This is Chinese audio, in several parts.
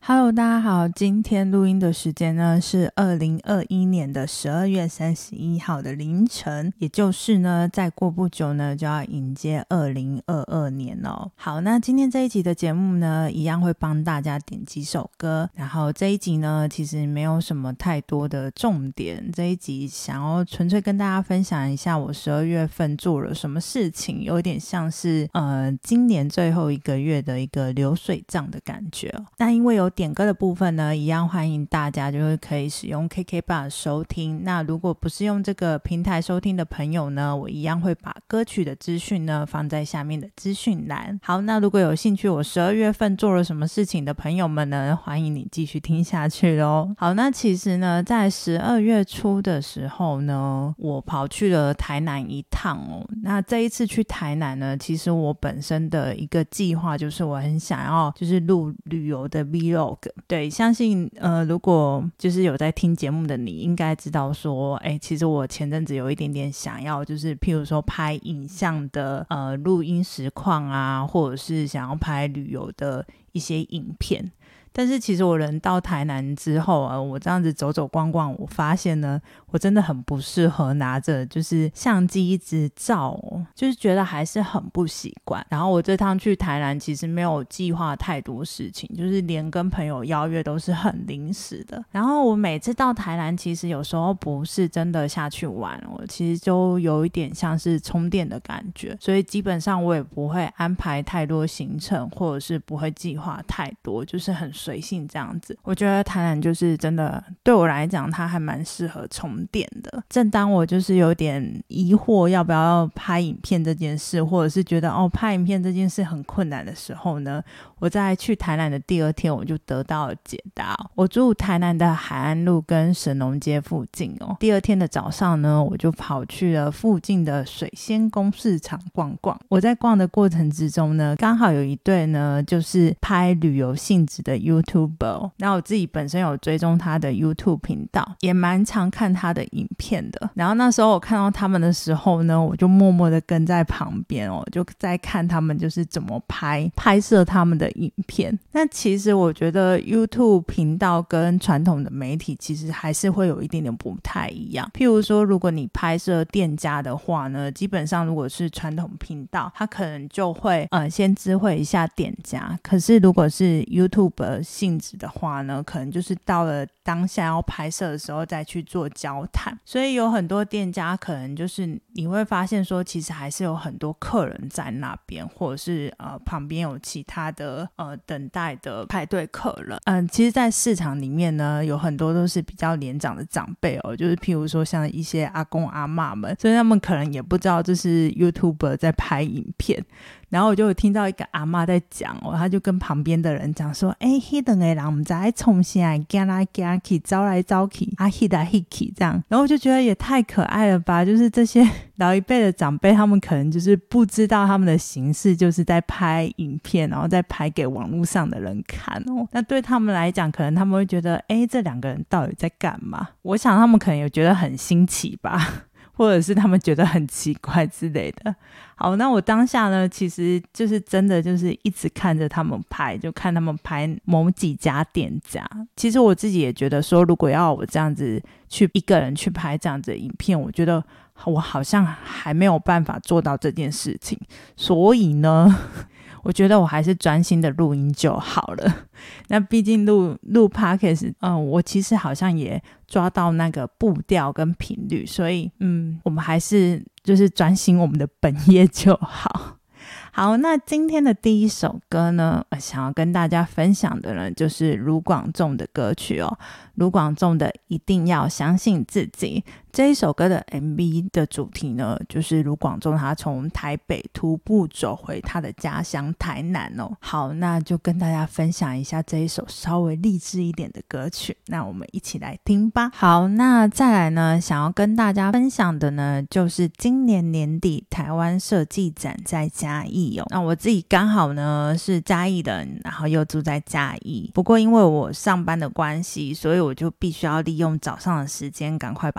Hello， 大家好，今天录音的时间呢是2021年的12月31号的凌晨，也就是呢再过不久呢就要迎接2022年哦。好，那今天这一集的节目呢一样会帮大家点几首歌，然后这一集呢其实没有什么太多的重点，这一集想要纯粹跟大家分享一下我12月份做了什么事情，有点像是今年最后一个月的一个流水账的感觉哦。那因为有点歌的部分呢，一样欢迎大家就是可以使用 KKBOX 收听。那如果不是用这个平台收听的朋友呢，我一样会把歌曲的资讯呢放在下面的资讯栏。好，那如果有兴趣我12月份做了什么事情的朋友们呢，欢迎你继续听下去咯。好，那其实呢在12月初的时候呢，我跑去了台南一趟哦。那这一次去台南呢，其实我本身的一个计划就是我很想要就是录旅游的 Vlog。对，相信如果就是有在听节目的你应该知道说其实我前阵子有一点点想要就是譬如说拍影像的录音实况啊，或者是想要拍旅游的一些影片。但是其实我人到台南之后我这样子走走逛逛，我发现呢我真的很不适合拿着就是相机一直照就是觉得还是很不习惯。然后我这趟去台南其实没有计划太多事情，就是连跟朋友邀约都是很临时的。然后我每次到台南其实有时候不是真的下去玩，我其实就有一点像是充电的感觉，所以基本上我也不会安排太多行程，或者是不会计划太多，就是很随性这样子。我觉得台南就是真的对我来讲它还蛮适合充电的。正当我就是有点疑惑要不要拍影片这件事，或者是觉得拍影片这件事很困难的时候呢，我在去台南的第二天我就得到了解答。我住台南的海岸路跟神农街附近第二天的早上呢，我就跑去了附近的水仙宫市场逛逛。我在逛的过程之中呢，刚好有一对呢就是拍旅游性质的 YouTuber， 那我自己本身有追踪他的 YouTube 频道，也蛮常看他的影片的。然后那时候我看到他们的时候呢，我就默默的跟在旁边就在看他们就是怎么拍摄他们的影片。那其实我觉得 YouTube 频道跟传统的媒体其实还是会有一点点不太一样。譬如说如果你拍摄店家的话呢，基本上如果是传统频道，他可能就会先知会一下店家。可是如果是 YouTube 性质的话呢，可能就是到了当下要拍摄的时候再去做交谈。所以有很多店家可能就是你会发现说其实还是有很多客人在那边，或者是旁边有其他的等待的排队客人。其实在市场里面呢，有很多都是比较年长的长辈就是譬如说像一些阿公阿嬷们，所以他们可能也不知道这是 YouTuber 在拍影片。然后我就有听到一个阿嬷在讲他就跟旁边的人讲说那两个人不知道从啥走来走去走来走去那来那去这样。然后我就觉得也太可爱了吧，就是这些老一辈的长辈，他们可能就是不知道他们的形式就是在拍影片，然后再拍给网络上的人看那对他们来讲，可能他们会觉得这两个人到底在干嘛。我想他们可能有觉得很新奇吧，或者是他们觉得很奇怪之类的。好，那我当下呢其实就是真的就是一直看着他们拍，就看他们拍某几家店家。其实我自己也觉得说，如果要我这样子去一个人去拍这样子的影片，我觉得我好像还没有办法做到这件事情。所以呢我觉得我还是专心的录音就好了。那毕竟录 Podcast 我其实好像也抓到那个步调跟频率，所以我们还是就是专心我们的本业就好。好，那今天的第一首歌呢，想要跟大家分享的呢就是卢广仲的歌曲卢广仲的一定要相信自己。这一首歌的 MV 的主题呢，就是卢广仲他从台北徒步走回他的家乡台南好，那就跟大家分享一下这一首稍微励志一点的歌曲，那我们一起来听吧。好，那再来呢，想要跟大家分享的呢，就是今年年底台湾设计展在嘉义那我自己刚好呢是嘉义人，然后又住在嘉义，不过因为我上班的关系，所以我就必须要利用早上的时间赶快把展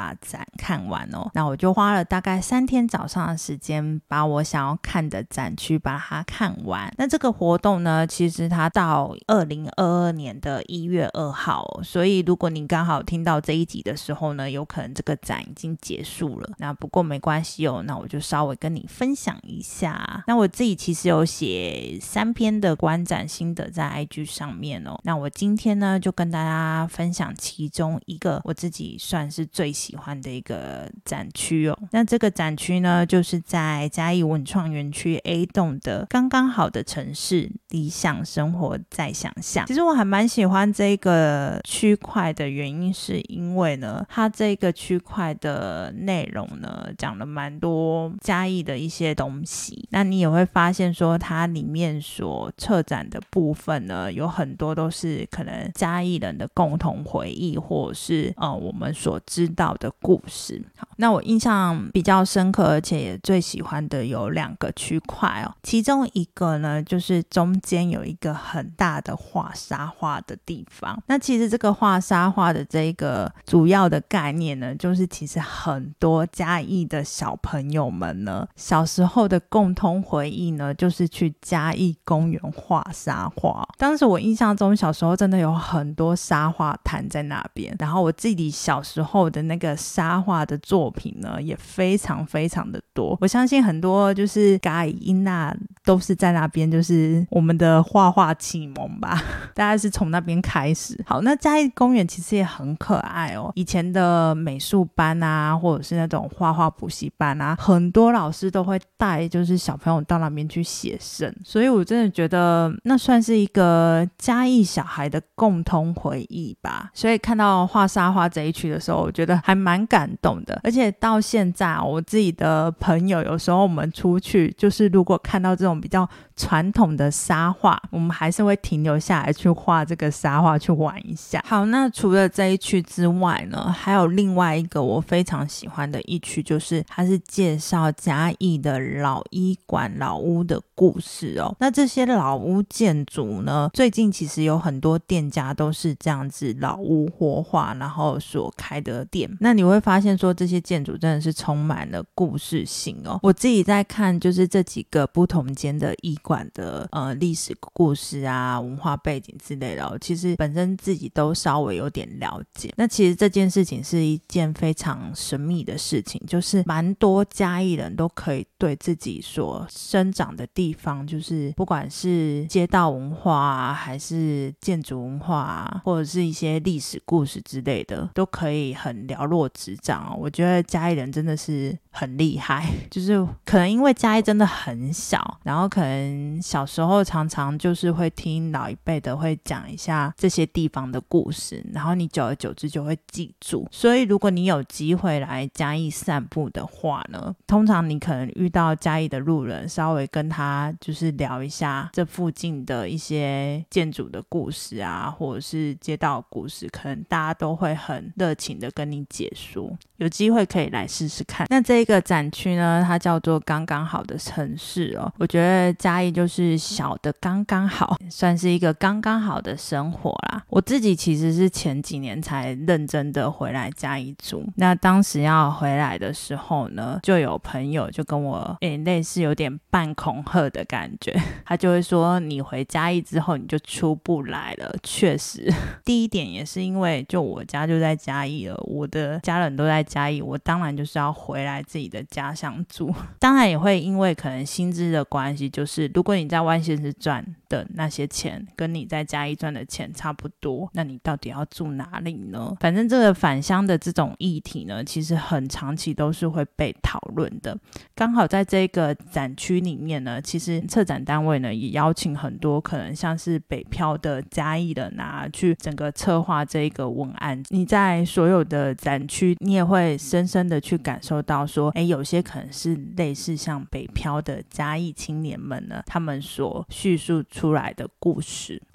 展看完哦。那我就花了大概3天早上的时间，把我想要看的展区把它看完。那这个活动呢，其实它到2022年的1月2号哦，所以如果你刚好听到这一集的时候呢，有可能这个展已经结束了。那不过没关系哦，那我就稍微跟你分享一下。那我自己其实有写3篇的观展心得在 IG 上面哦。那我今天呢，就跟大家分享其中一个我自己算是最喜欢的一个展区哦。那这个展区呢，就是在嘉义文创园区 A 栋的刚刚好的城市，理想生活再想象。其实我还蛮喜欢这个区块的原因，是因为呢，它这个区块的内容呢，讲了蛮多嘉义的一些东西。那你也会发现说，它里面所策展的部分呢，有很多都是可能嘉义人的共同回忆，或者是我们所知道的故事。好，那我印象比较深刻，而且也最喜欢的有2个区块哦。其中一个呢，就是中间有一个很大的画沙画的地方。那其实这个画沙画的这个主要的概念呢，就是其实很多嘉义的小朋友们呢，小时候的共同回忆呢，就是去嘉义公园画沙画。当时我印象中小时候真的有很多沙画摊在那边，然后我自己小时候的那个沙画的作品呢，也非常非常的多。我相信很多就是嘉义英娜都是在那边，就是我们的画画启蒙吧，大概是从那边开始。好，那嘉义公园其实也很可爱哦。以前的美术班啊，或者是那种画画补习班啊，很多老师都会带就是小朋友到那边去写生，所以我真的觉得那算是一个嘉义小孩的共同回忆吧。所以看到画沙画这一区的时候，我觉得还蛮感动的。而且到现在我自己的朋友有时候我们出去，就是如果看到这种比较传统的沙画，我们还是会停留下来去画这个沙画，去玩一下。好，那除了这一区之外呢，还有另外一个我非常喜欢的一区，就是它是介绍嘉义的老医馆老屋的故事哦。那这些老屋建筑呢，最近其实有很多店家都是这样子老屋活化然后所开的店。那你会发现说，这些建筑真的是充满了故事性哦。我自己在看就是这几个不同间的医馆的历史故事啊、文化背景之类的哦，其实本身自己都稍微有点了解。那其实这件事情是一件非常神秘的事情，就是蛮多嘉义人都可以对自己所生长的地方，就是不管是街道文化啊，还是建筑文化啊，或者是一些历史故事之类的，都可以很了若指掌哦。我觉得嘉义人真的是很厉害，就是可能因为嘉义真的很小，然后可能小时候常常就是会听老一辈的会讲一下这些地方的故事，然后你久而久之就会记住。所以如果你有机会来嘉义散步的话呢，通常你可能遇到嘉义的路人，稍微跟他就是聊一下这附近的一些建筑的故事啊，或者是街道的故事，可能大家都会很热情的跟你解说。有机会可以来试试看。那这个展区呢，它叫做刚刚好的城市哦。我觉得嘉义就是小的刚刚好，算是一个刚刚好的生活啦。我自己其实是前几年才认真的回来嘉义住，那当时要回来的时候呢，就有朋友就跟我类似有点半恐吓的感觉，他就会说你回嘉义之后你就出不来了。确实，第一点也是因为就我家就在嘉义了，我的家人都在嘉义，我当然就是要回来自己的家乡住。当然也会因为可能薪资的关系，就是如果你在外县市赚的那些钱跟你在嘉义赚的钱差不多，那你到底要住哪里呢？反正这个返乡的这种议题呢，其实很长期都是会被讨论的。刚好在这个展区里面呢，其实策展单位呢也邀请很多可能像是北漂的嘉义人啊，去整个策划这个文案。你在所有的展区，你也会深深的去感受到说，有些可能是类似像北漂的嘉义青年们呢，他们所叙述出来的故事。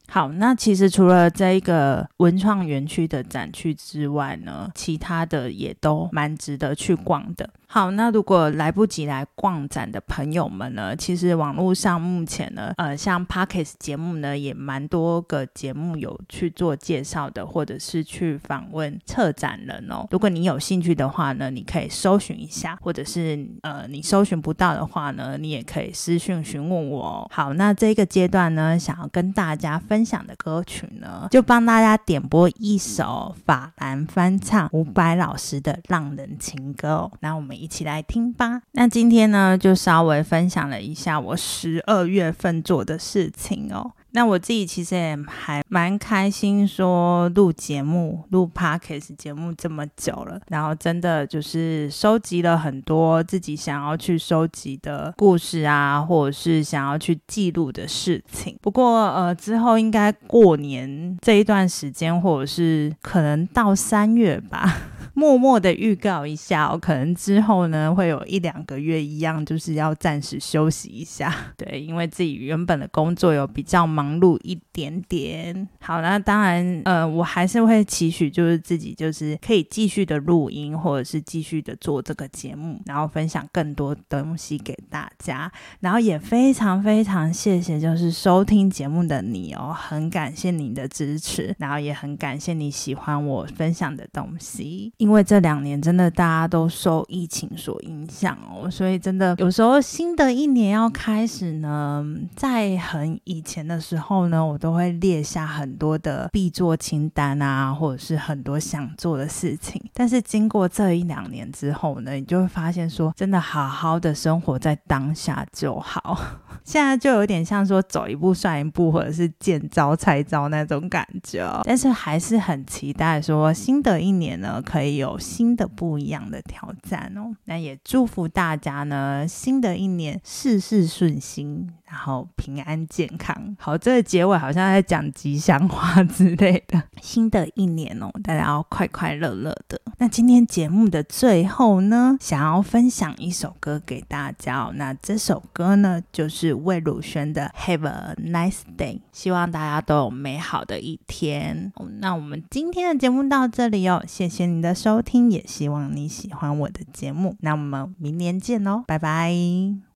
好，那其实除了这一个文创园区的展区之外呢，其他的也都蛮值得去逛的。好，那如果来不及来逛展的朋友们呢，其实网络上目前呢，像 Podcast 节目呢，也蛮多个节目有去做介绍的，或者是去访问策展人哦。如果你有兴趣的话呢，你可以搜寻一下，或者是你搜寻不到的话呢，你也可以私讯询问我哦。好，那这个阶段呢，想要跟大家分享的歌曲呢，就帮大家点播一首法兰翻唱伍佰老师的《浪人情歌》哦。那我们一起来听吧。那今天呢，就稍微分享了一下我12月份做的事情哦。那我自己其实也还蛮开心，说录节目录 Podcast 节目这么久了，然后真的就是收集了很多自己想要去收集的故事啊，或者是想要去记录的事情。不过之后应该过年这一段时间，或者是可能到3月吧默默的预告一下可能之后呢会有1-2个月一样，就是要暂时休息一下。对，因为自己原本的工作有比较忙碌一点点。好，那当然我还是会期许就是自己就是可以继续的录音，或者是继续的做这个节目，然后分享更多东西给大家。然后也非常非常谢谢就是收听节目的你哦，很感谢你的支持，然后也很感谢你喜欢我分享的东西。因为这2年真的大家都受疫情所影响哦，所以真的有时候新的一年要开始呢，在很以前的时候呢，我都会列下很多的必做清单啊，或者是很多想做的事情。但是经过这1-2年之后呢，你就会发现说真的好好的生活在当下就好。现在就有点像说走一步算一步，或者是见招拆招那种感觉哦。但是还是很期待说新的一年呢可以有新的不一样的挑战哦。那也祝福大家呢新的一年事事顺心，然后平安健康。好，这个结尾好像在讲吉祥话之类的。新的一年哦，大家要快快乐乐的。那今天节目的最后呢，想要分享一首歌给大家哦。那这首歌呢，就是魏如萱的 Have a Nice Day， 希望大家都有美好的一天。那我们今天的节目到这里哦，谢谢你的收听，也希望你喜欢我的节目。那我们明年见哦，拜拜。